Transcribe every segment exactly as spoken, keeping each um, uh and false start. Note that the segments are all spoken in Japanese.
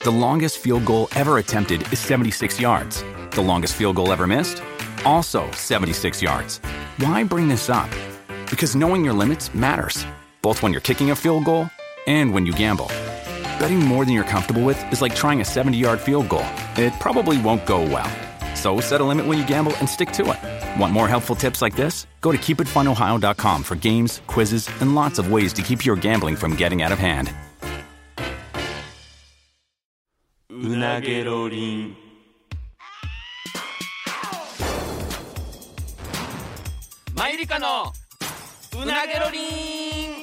The longest field goal ever attempted is seventy-six yards. The longest field goal ever missed? Also seventy-six yards. Why bring this up? Because knowing your limits matters, both when you're kicking a field goal and when you gamble. Betting more than you're comfortable with is like trying a seventy-yard field goal. It probably won't go well. So set a limit when you gamble and stick to it. Want more helpful tips like this? Go to keep it fun ohio dot com for games, quizzes, and lots of ways to keep your gambling from getting out of hand. うなげろりん。マユリカのうなげろりん。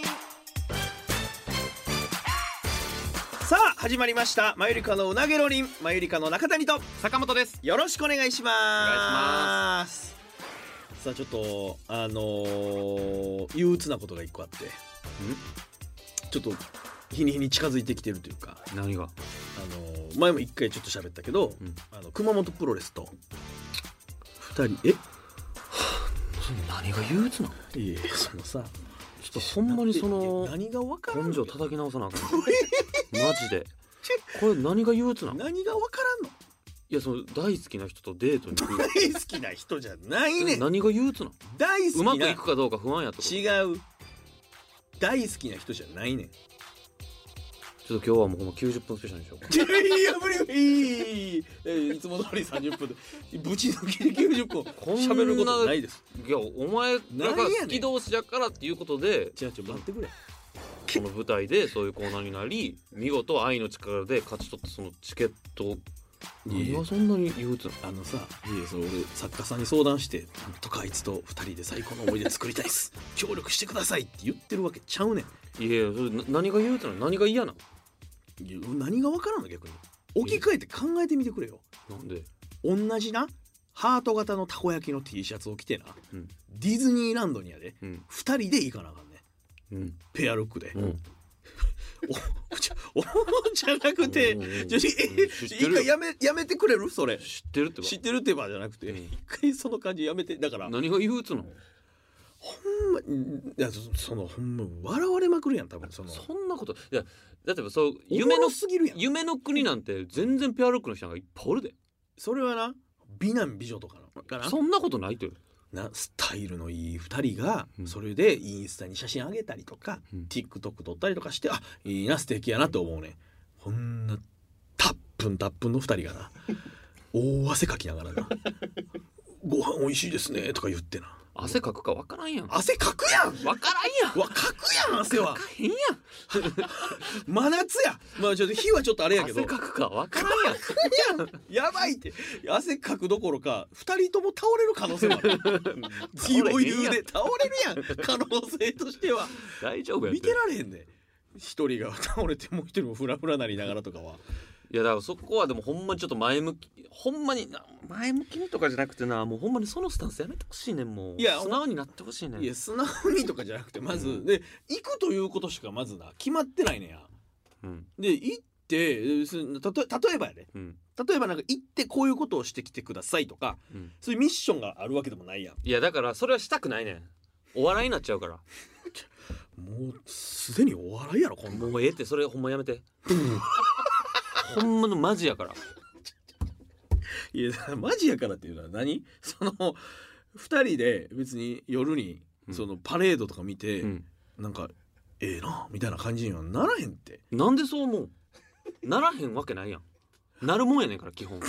さあ始まりましたマユリカのうなげろりん。マユリカの中谷と坂本です。 よろしくお願いします。 お願いします。 さあちょっとあのー、憂鬱なことが一個あって、んちょっと日に日に近づいてきてるというか、 何が、あのー、前も一回ちょっと喋ったけど、うん、あの熊本プロレスとふたりえ、はあ、何が憂鬱なの？ いやそのさちょっとほんまにその何が分からんの？ 根性叩き直さなあかんマジでこれ何が憂鬱なの？ 何が分からんの？ いやその大好きな人とデートに行く大好きな人じゃないねん。 何が憂鬱なの？ 大好きな、 うまくいくかどうか不安やと。 違う、大好きな人じゃないねん。 ちょっと今日はもうほんまきゅうじゅっぷんスペシャルにしようか。 いや無理無理、いつも通りさんじゅっぷんでぶち抜きできゅうじゅっぷん喋ることないです。 いやお前らが好き同士だからっていうことで、 じゃあちょっと待ってくれ。 この舞台でそういうコーナーになり、見事愛の力で勝ち取ったそのチケット。何がそんなに憂鬱なの？ あのさ、いやそれ俺作家さんに相談して、なんとかあいつとふたりで最高の思い出作りたいっす協力してくださいって言ってるわけちゃうねん。 いやいやそれ何が憂鬱なの？何が嫌なの？ いや何が分からんの？逆に置き換えて考えてみてくれよ。 なんで？ 同じなハート型のたこ焼きの T シャツを着てな、うん、ディズニーランドにやで、うん、ふたりで行かなあかんね、うん、ペアルックで、うん、おじゃおじゃなくて、ちょ一回やめやめてくれる？それ知ってるってば知ってるってばじゃなくて、うん、一回その感じやめて。だから何が憂鬱なの？ ほんまいや そ, そのほんま笑われまくるやん多分。そのそんなこといやだってそう夢のすぎるやん。 夢の国なんて全然ペアルックの人がいっぱいおるで。 それはな美男美女とかのかな。 そんなことないとよな。スタイルのいいふたりがそれでインスタに写真上げたりとか、うん、TikTok 撮ったりとかして、あいいな素敵やなって思うね。こんなたっぷんたっぷんのふたりがな大汗かきながらなご飯美味しいですねとか言ってな。 汗かくかわからんやん。 汗かくやん。 わからんやん。 わかくやん汗は。 かかへんやん。 真夏や。まあちょっと火はちょっとあれやけど。 汗かくかわからんやん。 やばいって。汗かくどころか二人とも倒れる可能性もある。余裕で倒れるやん。可能性としては。 大丈夫や。 見てられへんね。一人が倒れてもう一人もフラフラなりながらとかは。 いやだからそこはでもほんまにちょっと前向き、ほんまに前向きにとかじゃなくてな、もうほんまにそのスタンスやめてほしいねん。もういや素直になってほしいねん。 いや素直にとかじゃなくてまず、うん、で行くということしかまずな決まってないねや、うん、で行ってたと例えばやで、うん、例えばなんか行ってこういうことをしてきてくださいとか、うん、そういうミッションがあるわけでもないやん。 いやだからそれはしたくないねん。お笑いになっちゃうからもうすでにお笑いやろこんな。 もうええってそれほんまやめてほんまのマジやから。 いやマジやからっていうのは何？そのふたりで別に夜にそのパレードとか見て、うん、なんかええなみたいな感じにはならへんって。 なんでそう思う？ならへんわけないやん。なるもんやねんから基本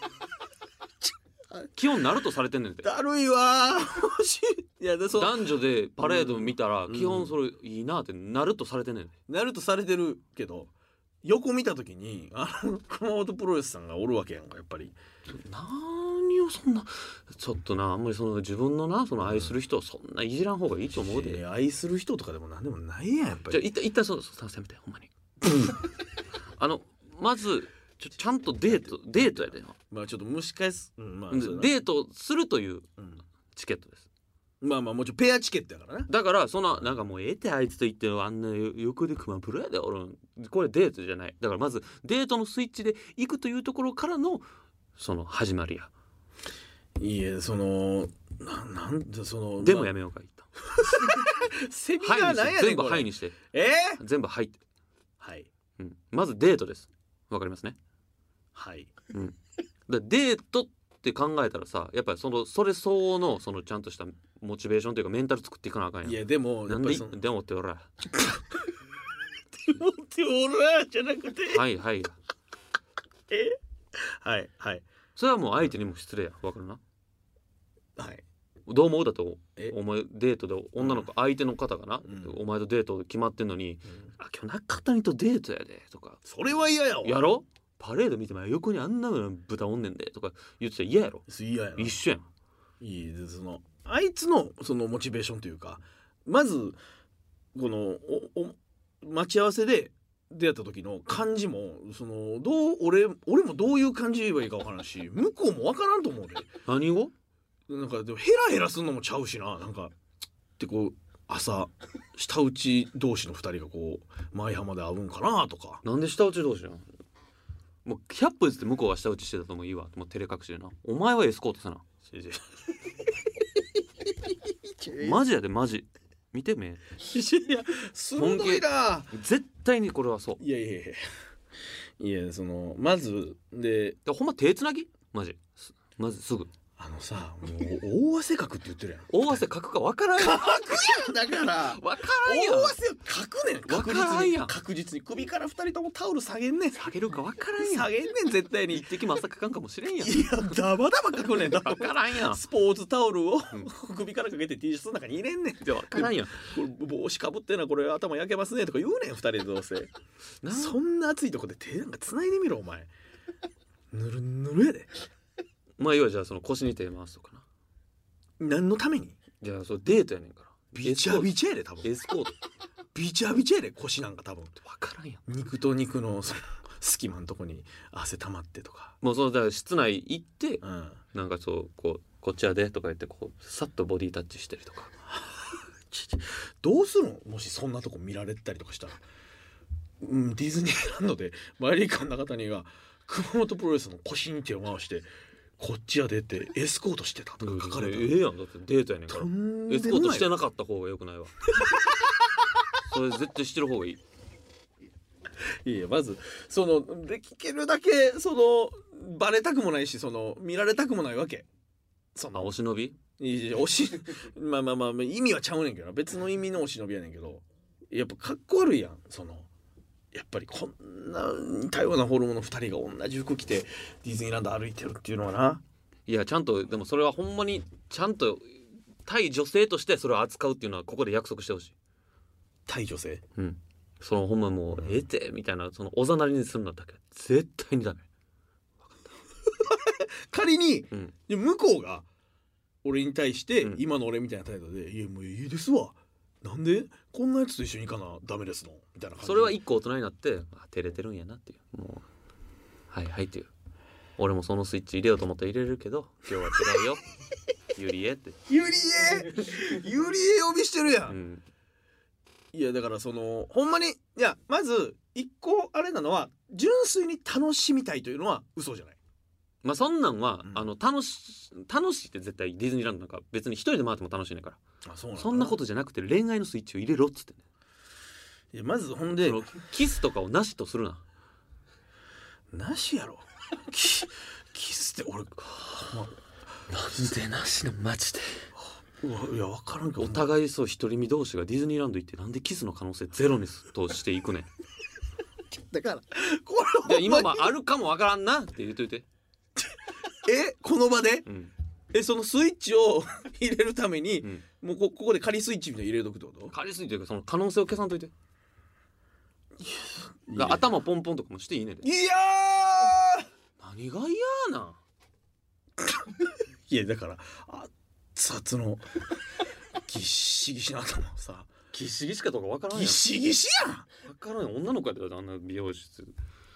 基本なるとされてんねんて。 だるいわいやでそ男女でパレード見たら、うん、基本それいいなってなるとされてんねん。 なるとされてるけど横見た時にあの熊本プロレスさんがおるわけやんか。やっぱり何をそんなちょっとなあんまりその自分のなその愛する人をそんないじらん方がいいと思うで、 うん、愛する人とかでも何でもないやんやっぱり。 じゃあ一旦一旦そうそうせめてほんまにあのまずちょちゃんとデートデートやで。 まあちょっと蒸し返す、うんまあ、 デートするというチケットです。 まあまあもちろんペアチケットやからね。 だからそんななんかもうええってあいつと言ってあんな横で熊プロやで俺これデートじゃない。だからまずデートのスイッチで行くというところからのその始まりや。 いいえそのななんでそのでもやめようか言ったセミナーなんやねん全部はいにして。 えー、 全部はいってはい、 うん、まずデートです。 わかりますね。 はい。 うんだデートって考えたらさ、やっぱりそのそれ相応のそのちゃんとしたモチベーションというかメンタル作っていかなあかんやん。 いやでもなんでやっぱりそのでもっておらでもっておらじゃなくてはいはいえはいはいそれはもう相手にも失礼やわかるな。 はいどう思うだとえお前デートで女の子、相手の方がな、 うんお前とデート決まってんのに、 うんあ今日中谷とデートやでとかそれは嫌やわやろパレード見ても横にあんな豚おんねんでとか言ってたら嫌やろ。 嫌やな一緒やん。 いいですそのあいつのそのモチベーションというかまずこのおお待ち合わせで出会った時の感じもそのどう俺俺もどういう感じで言えばいいか分からんし向こうも分からんと思うで何をなんかでもヘラヘラするのもちゃうしななんかってこう朝舌打ち同士のふたりがこう舞浜で会うんかなとかなんで舌打ち同士なんもうひゃっ歩譲って向こうが舌打ちしてたともいいわもう照れ隠しでなお前はエスコートせなマジやでマジ見てめいや鋭いな絶対にこれはそういやいやいやいやそのまずででほんま手つなぎマジまずすぐあのさもう大汗かくって言ってるやん大汗かくか分からんやんかくやんだから分からんやん大汗かくねん確わからんやん実に確実に首からふたりともタオル下げんねん下げるか分からんやん下げんねん絶対に一滴も朝かかんかもしれんやんいやダバダバかくねんだ分からんやんスポーツタオルを、 ん首からかけて T シャツの中に入れんねんじゃ分からんやんこれ帽子かぶってなこれ頭焼けますねとか言うねんふたりでどうせなそんな暑いとこで手なんか繋いでみろお前ぬるぬるやでまあいいわじゃあその腰に手回すとかな何のためにじゃあそれデートやねんからビチャビチャやで多分エスコートビチャビチャやで腰なんか多分分からんやん肉と肉のその隙間のとこに汗溜まってとかもうそのだから室内行ってうんなんかそうこうこっちやでとか言ってこうさっとボディタッチしてるとかちちどうするのもしそんなとこ見られたりとかしたら、うん、ディズニーランドでマイリーカン中谷が熊本プロレスの腰に手を回してこっちやでってエスコートしてたとか書かれたら、 ええやんだってデートやねんからとんエスコートしてでもないなかった方がよくないわそれ絶対してる方がいいいやまずそのできるだけそのバレたくもないしその見られたくもないわけそあのお忍びいやおしまあまあまあ意味はちゃうねんけど別の意味のお忍びやねんけどやっぱかっこ悪いやんそのやっぱりこんな似たようなフォルムのふたりが同じ服着てディズニーランド歩いてるっていうのはないやちゃんとでもそれはほんまにちゃんと対女性としてそれを扱うっていうのはここで約束してほしい。 対女性うんそのほんまもうええてみたいなそのおざなりにするんだったら絶対にダメ。 仮にうんで向こうが俺に対してうん今の俺みたいな態度で「いやもういいですわなんでこんなやつと一緒に行かなダメですの」みたいな感じでそれは一個大人になってあ照れてるんやなっていうもうはいはいっていう俺もそのスイッチ入れようと思ったら入れれるけど今日は違うよゆりえって、 ゆりえゆりえ呼びしてるやん、 うん、 いやだからそのほんまにいやまず一個あれなのは純粋に楽しみたいというのは嘘じゃないまあそんなんは、 うんあの楽し楽しいって絶対ディズニーランドなんか別に一人で回っても楽しいねんからあそうそんなこととじゃなくて恋愛のスイッチを入れろっつってねいやまずほんでそのキスとかをなしとするななしやろキキスって俺ほんまなんでなしのマジでうわいや分からんけどお互いそう独り身同士がディズニーランド行ってなんでキスの可能性ゼロにとしていくねんだからこれで今はあるかもわからんなって言っといて、 えこの場でうんえそのスイッチを入れるために、 うん、 もうこここで仮スイッチみたいに入れとくってこと仮すぎていうかその可能性を消さんといてだから頭ポンポンとかもしていいねんでいや何が嫌なんいやだから熱々のぎっしぎしの頭をさギシギシかどうかわからんやんぎっしぎしやんわからんやん女の子やったらあんな美容室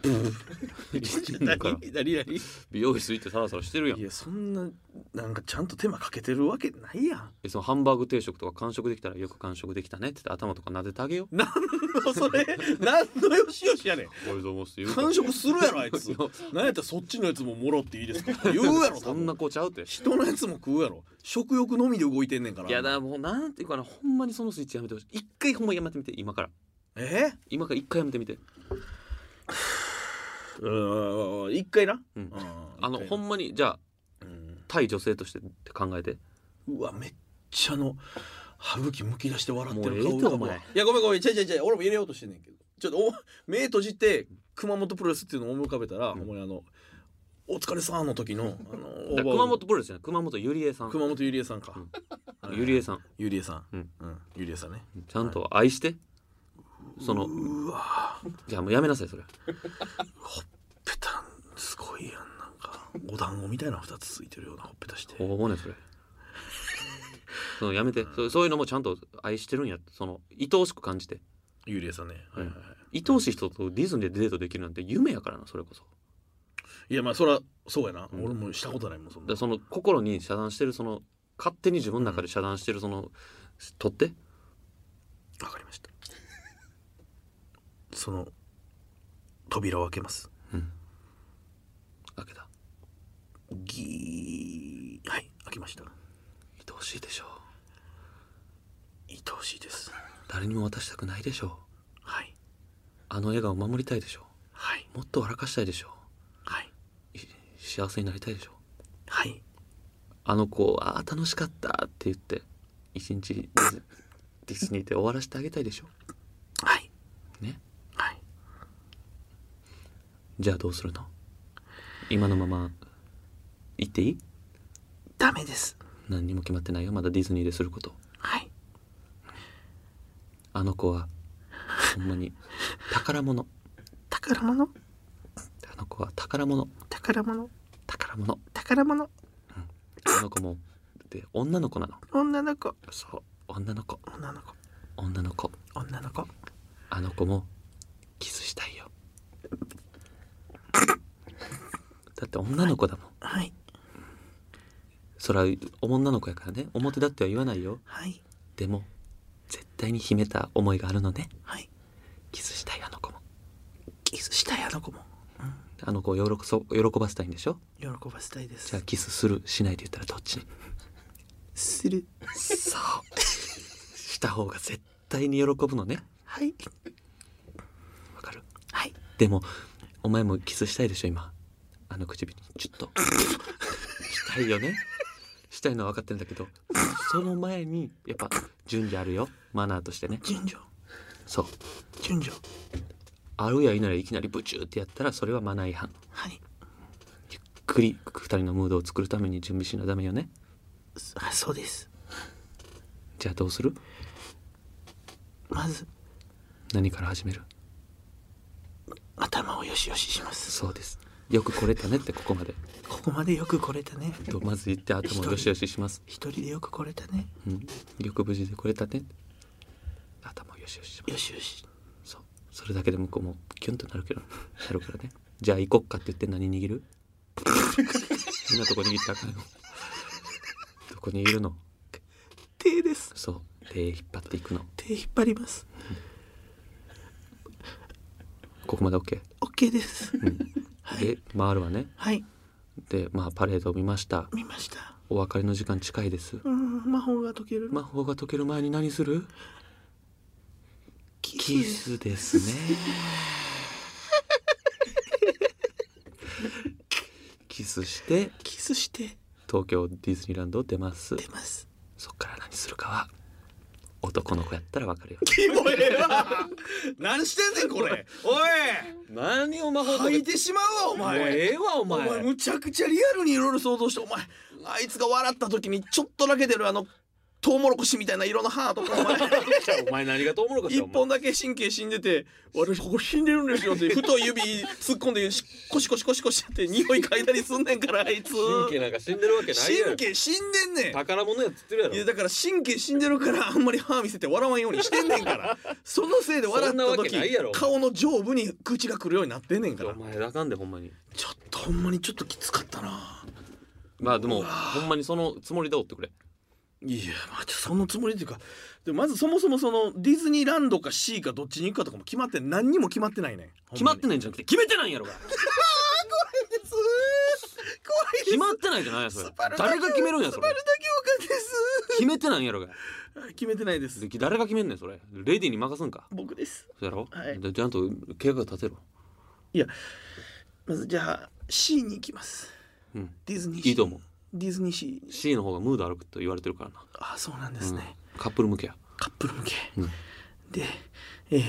何から何何美容室行ってサラサラしてるやんいやそんななんかちゃんと手間かけてるわけないやんえそのハンバーグ定食とか完食できたらよく完食できたねって言って頭とか撫でてあげようなんのそれなんのよしよしやねんおいどうもって言うから完食するやろあいつなんやったらそっちのやつももろっていいですかって言うやろそんな多分子ちゃうって人のやつも食うやろ食欲のみで動いてんねんからいやだからもうなんていうかなほんまにそのスイッチやめてほしい一回ほんまやめてみて今からえ今から一回やめてみてうん一回な、 うん、 ああのほんまにじゃあ、うん、対女性としてって考えて、 うわめっちゃの歯茎むき出して笑ってる顔もうええってお前。 いやごめんごめんちゃいちゃいちゃい俺も入れようとしてんねんけどちょっとお目閉じて熊本プロレスっていうのを思い浮かべたら、うん、お前あのお疲れさんの時のあの熊本プロレスじゃない熊本ゆりえさん熊本ゆりえさんか、 うん、ゆりえさんゆりえさん、 うんうん、ゆりえさんねちゃんと愛して、はい、そのうわじゃあもうやめなさいそれほっぺたすごいやんなんかお団子みたいなふたつついてるようなほっぺたしてほぼねそれそのやめて、うん、そ, そういうのもちゃんと愛してるんやその愛おしく感じてゆりえさんね、はいはいはい、 愛おしい人とディズニーでデートできるなんて夢やからなそれこそいやまあそれはそうやな、うん、俺もしたことないもんそんなその心に遮断してるその勝手に自分の中で遮断してるその、うん、取ってわかりましたその扉を開けます、 うん、開けたギーはい開けました愛おしいでしょう愛おしいです誰にも渡したくないでしょうはいあの笑顔を守りたいでしょうはいもっと笑かしたいでしょうはい幸せになりたいでしょうはいあの子あー楽しかったって言って一日ディズ、ディズニーで終わらせてあげたいでしょうはいねはいじゃあどうするの今のまま行っていいダメです何にも決まってないよまだディズニーですることはいあの子はほんまに宝物宝物あの子は宝物宝物宝物宝物、うん、 あの子もで女の子なの女の子そう女の子女の子女の子女の子あの子もキスしたいよだって女の子だもんはい、はい、 そら女の子やからね表だっては言わないよはいでも絶対に秘めた思いがあるのねはいキスしたいあの子もキスしたいあの子も、 うん、あの子を喜そ喜ばせたいんでしょ喜ばせたいですじゃあキスするしないで言ったらどっちするそうした方が絶対に喜ぶのねはいわかるはいでもお前もキスしたいでしょ今あの唇にちょっとしたいよねしたいのは分かってるんだけどその前にやっぱ順序あるよマナーとしてね順序そう順序あるやいならいきなりブチューってやったらそれはマナー違反はいゆっくりふたりのムードを作るために準備しなダメよねあそうですじゃあどうするまず何から始める頭をよしよししますそうですよく来れたねってここまでここまでよく来れたねとまず言って頭をよしよしします一人でよく来れたね、 うん、よく無事で来れたね頭をよしよししますよしよしそうそれだけで向こうもキュンとなるけどなるからねじゃあ行こっかって言って何握るみんなとこ握ったらあかんよどこにいるの手ですそう手引っ張っていくの手引っ張ります、 うん、ここまで OK？ OK です、 うんはい、 で回るわねはいでまあパレードを見ました見ましたお別れの時間近いです、 うん、魔法が解ける魔法が解ける前に何するキスキスですねキスしてキスして東京ディズニーランドを出ます出ますそっから何するかは男の子やったらわかるよキモえわ何してんねんこれおい何を魔法吐いてしまうわお前もうええわお前お前むちゃくちゃリアルにいろいろ想像してお前あいつが笑った時にちょっとだけ出るあのトウモロコシみたいな色の歯とかお前お前何がトウモロコシ一本だけ神経死んでて私ここ死んでるんですよって太い指突っ込んでコシコシコシコシって匂い嗅いだりすんねんからあいつ神経なんか死んでるわけないやろ神経死んでんねん宝物やっつってるやろいやだから神経死んでるからあんまり歯見せて笑わんようにしてんねんからそのせいで笑った時顔の上部に口が来るようになってんねんからお前あかんでほんまにちょっとほんまにちょっときつかったなまあでもほんまにそのつもりでおってくれいやまあそのつもりっていうかでまずそもそもそのディズニーランドか C かどっちに行くかとかも決まって何にも決まってないね決まってないんじゃなくて決めてないんやろが怖いです怖いです決まってないじゃないやそれ誰が決めるんやそれスパルタ教官です決めてないんやろが決めてないです誰が決めんねんそれレディに任すんか僕ですそうやろ、 はい、 でちゃんと計画立てろいやまずじゃあ C に行きます。 うん、 ディズニーシー。 いいと思う。 ディズニーシー。 C の方がムードあると言われてるからな。 ああそうなんですね、 うん、カップル向けや。 カップル向け、 うん、 で、えー、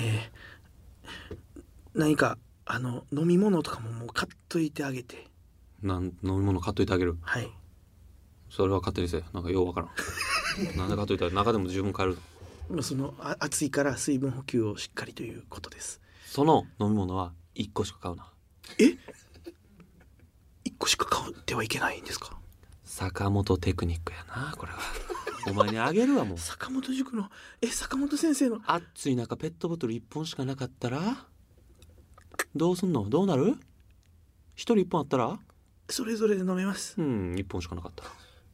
何かあの飲み物とかももう買っといてあげて。 なん飲み物買っといてあげる。 はい。 それは勝手にせえ。なんかようわからんなんで買っといたら中でも十分買える。 まあそのあ暑いから水分補給をしっかりということです。 その飲み物はいっこしか買うな。 えいっこしか買ってはいけないんですか？ 坂本テクニックやなこれはお前にあげるわもう。 坂本塾のえ坂本先生の。 暑い中ペットボトルいっぽんしかなかったらどうすんの？どうなる？一人いっぽんあったらそれぞれで飲めます。 うんいっぽんしかなかったら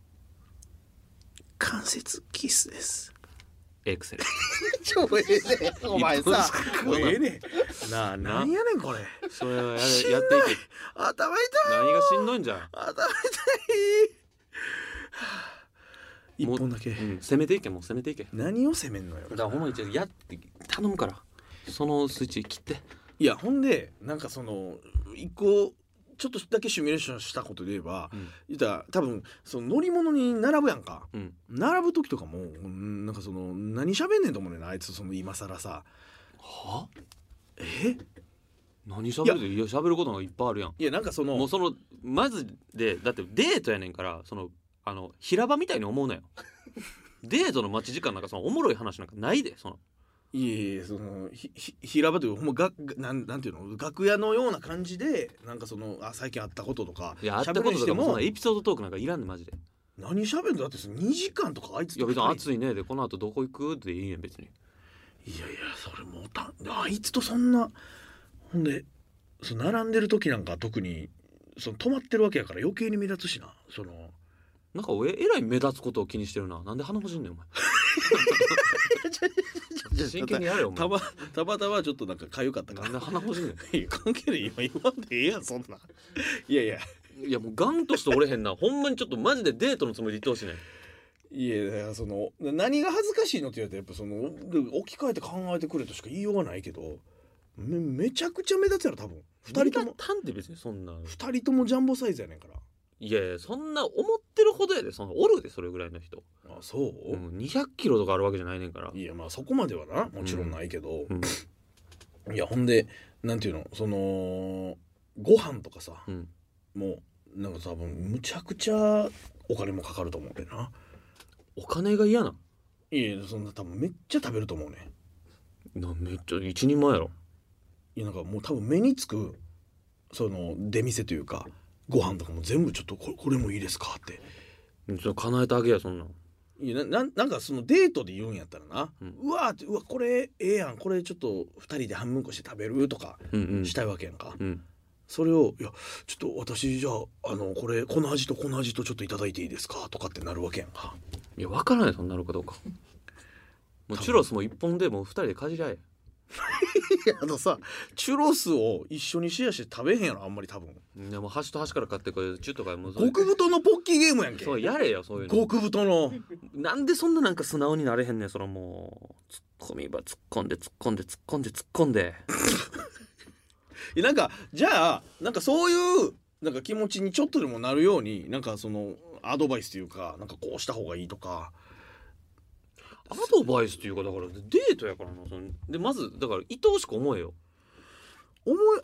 関節キスです。 エクセル超ええねお前さもうええねなあなんやねんこれ。 それはやれやっていけ。 頭痛い。 何がしんどいんじゃん。 頭痛い。一本だけ、 うん、攻めていけ。もう攻めていけ。 何を攻めんのよ。 だからほんまにやって頼むからそのスイッチ切って。 いやほんでなんかその一個ちょっとだけシミュレーションしたことで言えば、うん、言ったら多分その乗り物に並ぶやんか、うん、並ぶ時とかもなんかその何喋んねんと思うねんなあいつ。その今更さはえ何喋るで。いや喋ることがいっぱいあるやん。 いやなんかそのもうそのまずでだってデートやねんからそのあの平場みたいに思うなよデートの待ち時間なんかそのおもろい話なんかないで。そのいやいやそのひひ平場というかほんまがなんなんていうの楽屋のような感じでなんかそのあ最近あったこととかいやあったこととかもそんなエピソードトークなんかいらんねんマジで。 何喋るんだってにじかんとかあいつと。 いや別に暑いねでこの後どこ行くっていいねん別に。 いやいやそれもうたあいつとそんなほんでその並んでる時なんか特にその止まってるわけやから余計に目立つしな。そのなんかええらい目立つことを気にしてるな。なんで鼻欲しいんねんお前真剣にやれよお前。 たまたまたまちょっとなんか痒かったから。 なんで鼻欲しいねんいや関係ない今言わんでええやんそんな。いやいやいやもうガンとして折れへんなほんまにちょっとマジでデートのつもりで言ってほしいねん。 いやだからその何が恥ずかしいのって言われたらやっぱその置き換えて考えてくれとしか言いようがないけど め, めちゃくちゃ目立つやろ多分。ふたりともたんで別にそんなふたりともジャンボサイズやねんから。 いやいやそんな思ってるほどやで。そのおるでそれぐらいの人。 あそう、 うん、にひゃくキロとかあるわけじゃないねんから。 いやまあそこまではなもちろんないけど、 うんうん、いやほんでなんていうのそのご飯とかさ、うん、もうなんか多分むちゃくちゃお金もかかると思うけどな。 お金が嫌な。 いやそんな多分めっちゃ食べると思うね。 なめっちゃ一人前やろ。 いやなんかもう多分目につくその出店というかご飯とかも全部ちょっとこ れ, これもいいですかってちょ叶えてあげやそんなん。 いや な, なんかそのデートで言うんやったらな、うん、うわーってうわこれええやんこれちょっとふたりで半分こして食べるとかしたいわけやんか、うんうん、それをいやちょっと私じゃああのこれこの味とこの味とちょっといただいていいですかとかってなるわけやんか。 いや分からないそんなるかどうかもうチュロスも一本でもうふたりでかじり合えいやあのさチュロスを一緒にシェアして食べへんやろあんまり多分。 でも端と端から買ってこれチュとかもう極太のポッキーゲームやんけ。 そうやれよそういうの。 極太のなんでそんななんか素直になれへんねん。それもうツッコミば突っ込んで突っ込んで突っ込んで突っ込んでいやなんかじゃあなんかそういうなんか気持ちにちょっとでもなるようになんかそのアドバイスというかなんかこうした方がいいとか。 アドバイスっていうかだからデートやからな。そのでまずだから愛おしく思えよ。 思え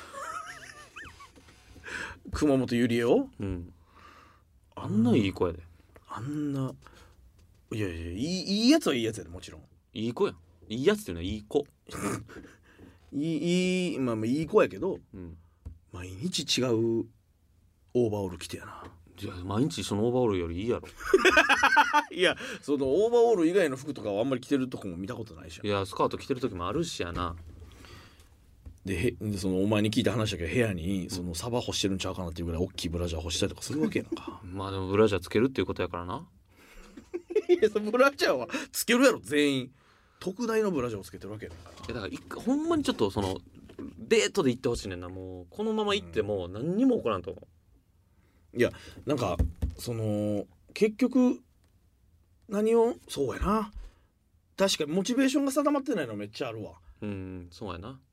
熊本ゆりえを、うん、 あんないい子やで。 あんないやいやいいいいやつはいいやつやでもちろんいい子やん。いいやつっていうのはいい子いいいいまあまあいい子やけど、うん、毎日違うオーバーオール着てやな。 いや毎日そのオーバーオールよりいいやろいやそのオーバーオール以外の服とかはあんまり着てるとこも見たことないし。 いやスカート着てる時もあるしやな。 ででそのお前に聞いた話だけど部屋にそのサバ干してるんちゃうかなっていうぐらい大きいブラジャー干したりとかするわけやんかまあでもブラジャーつけるっていうことやからな。 いやそのブラジャーはつけるやろ全員。特大のブラジャーをつけてるわけやんか。 いやだからほんまにちょっとそのデートで行ってほしいねんな。もうこのまま行っても何にも起こらんと思う。 いやなんかその結局何をそうやな確かにモチベーションが定まってないのめっちゃあるわ。 うんそうやな。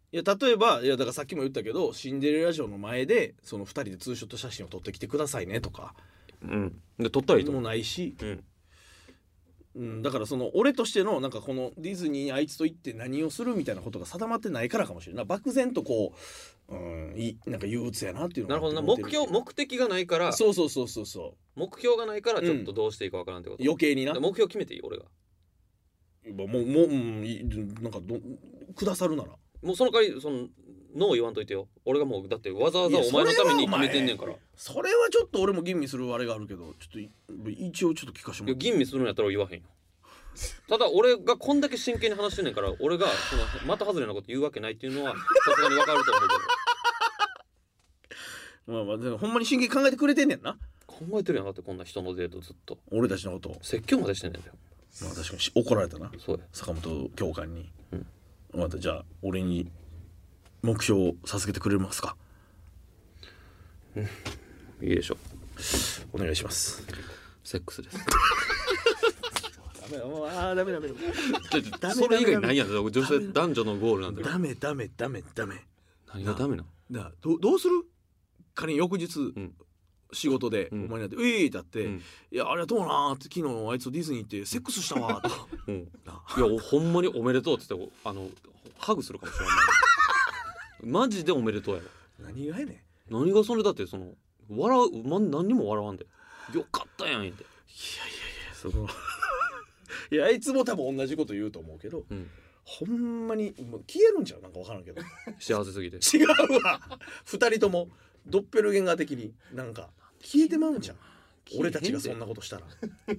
いや例えばいやだからさっきも言ったけどシンデレラ城の前でそのふたりでツーショット写真を撮ってきてくださいねとかうんで撮ったらいいとも思う。 ないし、 うんうん、だからその俺としてのなんかこのディズニーにあいつと行って何をするみたいなことが定まってないからかもしれんない。漠然とこう、うん、いなんか憂鬱やなっていうのがなるほどな。目思ってる標目的がないからそうそうそうそうそ目標がないからちょっとどうしていいかわからんってこうと、 余計にな目標決めていい俺が。 もうもう、うん、いなんかどくださるならもうその代わりそのノー言わんといてよ。俺がもうだってわざわざお前のために決めてんねんから。いそれはちょっと俺も吟味するあれがあるけどちょっとい一応ちょっと聞かせてもらってや吟味するんやったら言わへんよ。ただ俺がこんだけ真剣に話してんねんから俺がその的外れなこと言うわけないっていうのはさすがに分かると思うけど。 まあまあでもほんまに真剣に考えてくれてんねんな考えてるやんだってこんな人のデートずっと俺たちのことを。 説教までしてんねんだよ。 まあ確かにし怒られたなそうや。 坂本教官に、 うん、 またじゃあ俺に目標を授けてくれますか。 うんいいでしょお願いします。 セックスです。 ダメあーダメダメダメそれ以外ないやん。女性男女のゴールなんだよ。 ダメダメダメダメ何がダメなの。 だからどどうする仮に翌日、 うん仕事でおうん前になって「うい!」ってやって「 うんいやありがとうな」って「昨日あいつとディズニー行ってセックスしたわ」とうんいなやほんまにおめでとうって言ってあのハグするかもしれない。マジでおめでとうやろ。 何がやねん。 何がそれだってその笑う、ま、何にも笑わんでよかったやん言って。 いやいやいやそこいやあいつも多分同じこと言うと思うけど、 うんほんまにもう消えるんちゃうなんか分からんけど幸せすぎて。 違うわ二人ともドッペルゲンガー的になんか消えてまうんじゃん俺たちがそんなことしたら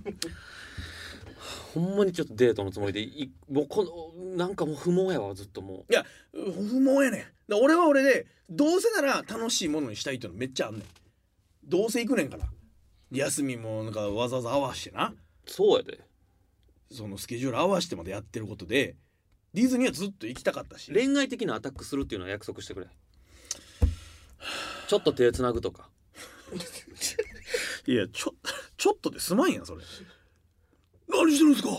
ほんまにちょっとデートのつもりでいもうこのなんかもう不毛やわずっともいや不毛やねん。だ俺は俺でどうせなら楽しいものにしたいっていうのめっちゃあんねん。どうせ行くねんから休みもなんかわざわざ合わしてなう。そうやで。 そのスケジュール合わしてまでやってることでディズニーはずっと行きたかったし恋愛的なアタックするっていうのは約束してくれ。ちょっと手つなぐとか。 いやちょちょっとですまんやんそれ。何してるんですか。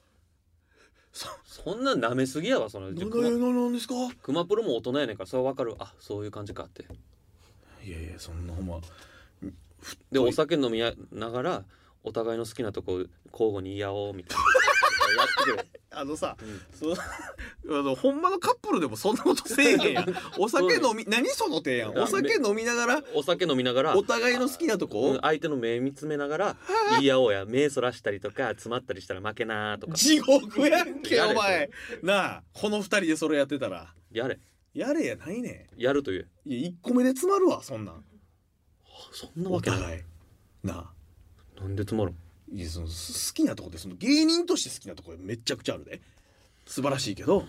そんなん舐めすぎやわその。 何なんですか。 クマプロも大人やねんからそれは分かる。あそういう感じかって。 いやいやそんなほんまでお酒飲みながらお互いの好きなとこ交互に言い合おうみたいなやってくれ。 あのさ、 うんそあのほんまのカップルでもそんなことせえへんやん。お酒飲み何その提やん。お酒飲みながらお酒飲みながらお互いの好きなとこを、 うん相手の目見つめながら言い合おうや。目そらしたりとか詰まったりしたら負けなとか地獄やんけやれお前なあこの二人でそれやってたらやれやれやないねやるという。 ん。いや一個目で詰まるわそんなんそんなわけない。 お互いなあ。 なんでつまるん。 いやその好きなとこでその芸人として好きなとこめちゃくちゃあるで素晴らしいけど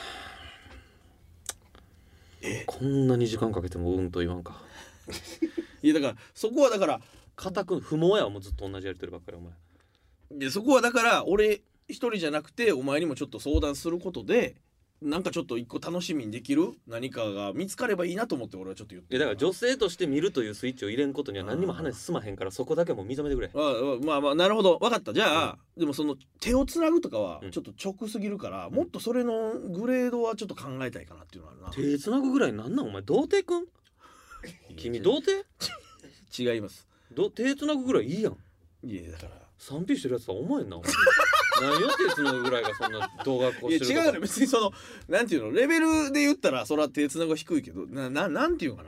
えこんなに時間かけてもうんと言わんか。 いやだからそこはだから固く不毛やわもうずっと同じやりとりばっかりお前。 いやそこはだから俺一人じゃなくてお前にもちょっと相談することでなんかちょっと一個楽しみにできる何かが見つかればいいなと思って俺はちょっと言っていやだから女性として見るというスイッチを入れんことには何にも話進まへんからそこだけはもう認めてくれ。 ああまあまあなるほど分かったじゃあ、でもその手をつなぐとかはうんちょっと直すぎるから、もっとそれのグレードはちょっと考えたいかなっていうのはあるな。 手つなぐぐらいなんなんお前童貞くん。君童貞違います。 ど手つなぐぐらいいいやん。 いやだから賛否してるやつとは思えんなお前。何を手つなぐぐらいがそんな動画こういしてるとか。 や違うね別にそのなんていうのレベルで言ったらそれは手つなぐは低いけどなななんていうのか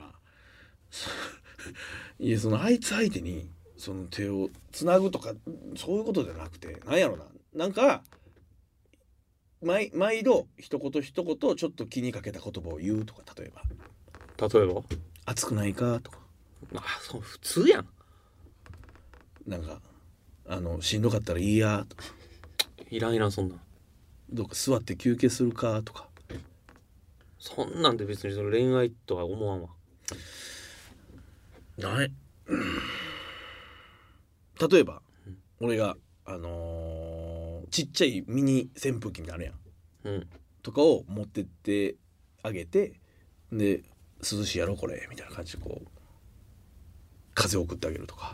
ないやそのあいつ相手にその手をつなぐとかそういうことじゃなくてなんやろななんか毎毎度一言一言ちょっと気にかけた言葉を言うとか例えば例えば熱くないかとかあそう普通やん。 なんかあのしんどかったらいいやとかいらんいらんそんなんどうか座って休憩するかとかそんなんで別にその恋愛とは思わんわ。 ない例えば、うん、俺があのー、ちっちゃいミニ扇風機みたいなのあるやん、うん、とかを持ってってあげてで涼しいやろこれみたいな感じでこう風を送ってあげるとか。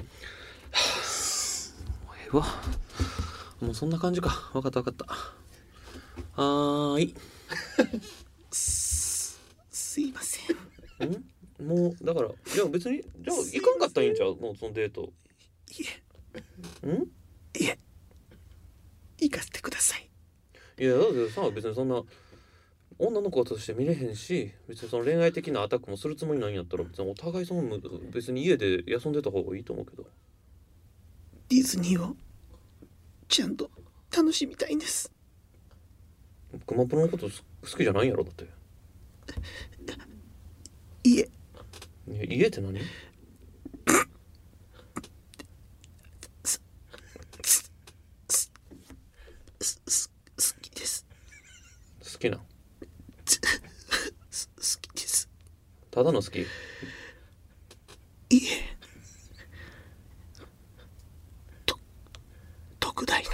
ええわもうそんな感じか。分かった分かった。はーいすいません。 んもうだからいや別にじゃあ行かんかったらいいんちゃうもうそのデート。 いえんいえ行かせてください。 いやだってさ別にそんな女の子として見れへんし別にその恋愛的なアタックもするつもりないんやったら別にお互いその別に家で休んでた方がいいと思うけど。 ディズニーをちゃんと楽しみたいんです。 熊プロのこと好きじゃないんやろだって。 いえいや家って何？ すすすす好きです。 好きなん？ す好きです。 ただの好き？ いえと特大の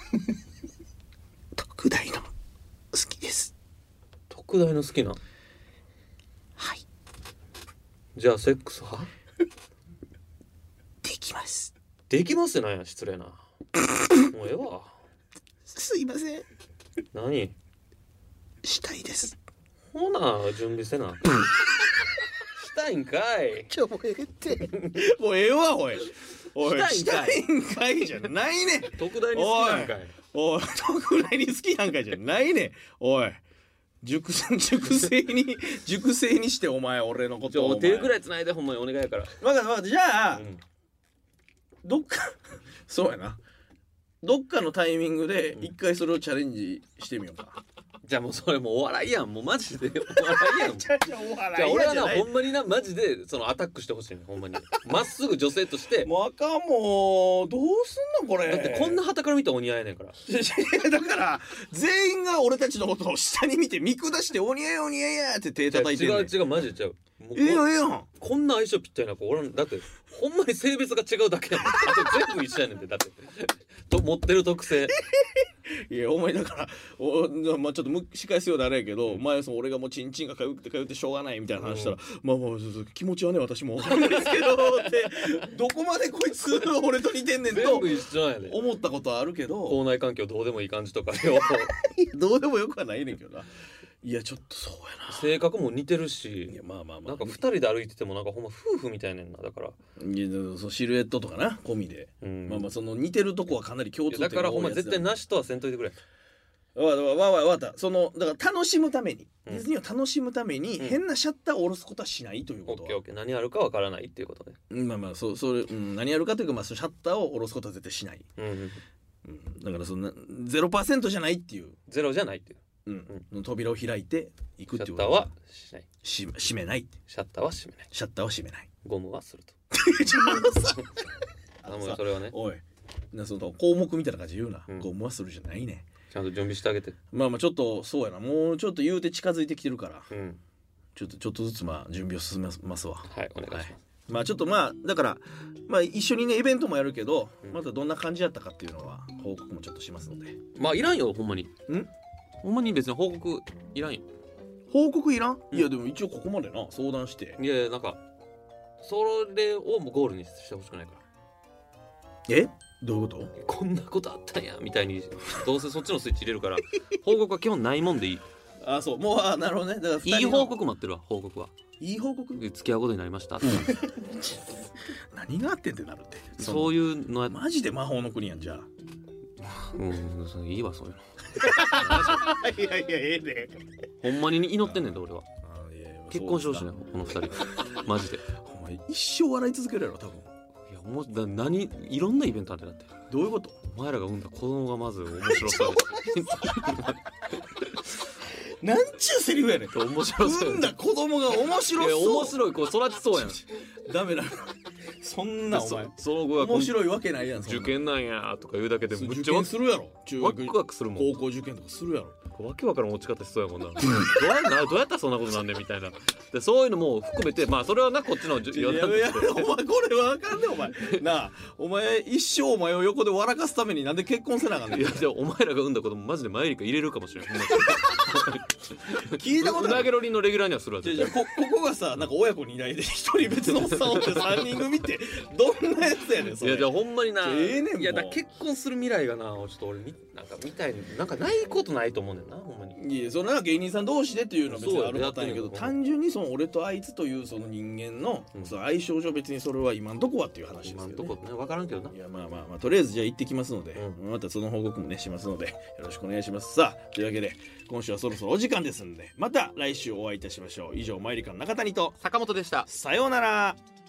特大の好きです。 特大の好きなん？ はい、 じゃあセックスは？ できます。 できますなんや失礼な。もうええわ。 すいません。 何？ したいです。 ほな準備せな。したいんかい。 ちょもうええってもうええわおいおいしたいんかいしたいんかいじゃないねん。 特大に好きなんかい。 おい特大に好きなんかいじゃないねん。おい熟成熟成に熟成にしてお前俺のことをお手ぐらいつないでほんまにお願いやから。 分かった分かった。じゃあ、 うん、 どっかそうやなどっかのタイミングで一回それをチャレンジしてみようか。 じゃあもうそれもうお笑いやんもうマジでお笑いやん。 じゃあじゃあお笑いじゃあ俺はじゃないなほんまになマジでそのアタックしてほしいねほんまにまっすぐ女性としてもうあかんもうどうすんのこれ。 だってこんな旗から見たらお似合いやねんから。 いやいやだから全員が俺たちのことを下に見て見下してお似合いお似合いやって手叩いてんねん。 違う違うマジで違う。もうええやんええやん。 こんな相性ぴったりな子おらんだってほんまに性別が違うだけやもん。あと全部一緒やねんってだってと持ってる特性。 いやお前だからお、まあ、ちょっと蒸し返すようであれやけど、うん、前その俺がもうチンチンがかゆくてかゆくてしょうがないみたいな話したら、うん、まあまあ気持ちはね私も分かるんですけどってどこまでこいつ俺と似てんねんと全部一緒なんやで思ったことはあるけど校内環境どうでもいい感じとかよどうでもよくはないねんけどな。いやちょっとそうやな性格も似てるしいやまあまあまあなんかふたりで歩いててもなんかほんま夫婦みたいねんなだからいやそうシルエットとかな込みで、うん、まあまあその似てるとこはかなり共通点が多いやつだからほんま絶対なしとはせんといてくれ。 わわわわわかったそのだから楽しむために、うん、ディズニーを楽しむために、うん、変なシャッターを下ろすことはしないということは、 オッケーオッケー何あるかわからないっていうことね。 まあまあそうそれ、うん、何あるかというかまあそのシャッターを下ろすことは絶対しない、うんうんうん、だからそんな ゼロパーセント じゃないっていうゼロじゃないっていううんうん、扉を開いていくっていうこと。 シャッターはしないし閉めないシャッターは閉めないシャッターは閉めないゴムはするとあのもうそれはねおいなその項目みたいな感じ言うな、うん、ゴムはするじゃないね。 ちゃんと準備してあげて。 まあまあちょっとそうやなもうちょっと言うて近づいてきてるから、うん、ちょっとちょっとずつまあ準備を進めますわ。 はいお願いします、はい、 まあちょっとまあだからまあ一緒にねイベントもやるけど、うん、またどんな感じやったかっていうのは報告もちょっとしますので。 まあいらんよほんまに。 んほんまに別に報告いらんよ。 報告いらん、うん、いやでも一応ここまでな相談していやいやなんかそれをもうゴールにしてほしくないから。 えどういうこと？ こんなことあったんやみたいにどうせそっちのスイッチ入れるから報告は基本ないもんでいい。 あそうもうあなるほどね。だからいい報告待ってるわ報告は。 いい報告付き合うことになりましたって何があってんってなるってそういうのはマジで魔法の国やんじゃあ。 うんいいわそういうのいやいやええでほんまに祈ってんねんで俺は。結婚してほしいねこの二人マジで。 お前一生笑い続けるやろ多分。 いやもうだ何いろんなイベントあってだって。 どういうこと？ お前らが産んだ子供がまず面白そうなんちゅうセリフやねん。 面白そう産んだ子供が面白そう。いや面白い子育ちそうやん。 ダメだそんなお前その子が面白いわけないやん。 受験なんやとか言うだけでむっちゃ受験するやろ。中学ワクワクするもん。 高校受験とかするやろ。 わけわからん落ち方しそうやもんなどうやなどうやったらそんなことなんねんみたいなでそういうのも含めてまあそれはなこっちのいやいやいやお前これはあかんねんお前なあお前一生お前を横で笑かすためになんで結婚せなあかんねん。 いやでもお前らが産んだこともマジでマユリカ入れるかもしれん聞いたことうなないげろりのレギュラーにはするわけじゃあこここがさなんか親子にないで一人別のおっさんおってさんにん組ってどんなやつやねんそれ。 いやじゃあほんまになええねんもういやだから結婚する未来がなちょっと俺みなんか見たいなんかないことないと思うねんなほんまに。 いやそのなんか芸人さん同士でっていうのは別にあるかったんやけどそうやね単純にその俺とあいつというその人間の、 うんその相性上別にそれは今んとこはっていう話です今んけど、ね、 とこね分からんけどないやまあまあまあとりあえずじゃあ行ってきますので、 うまたその報告もねしますのでよろしくお願いします。さあというわけで今週はそろそろお時間ですんでまた来週お会いいたしましょう。以上マイリカの中谷と坂本でした。 さようなら。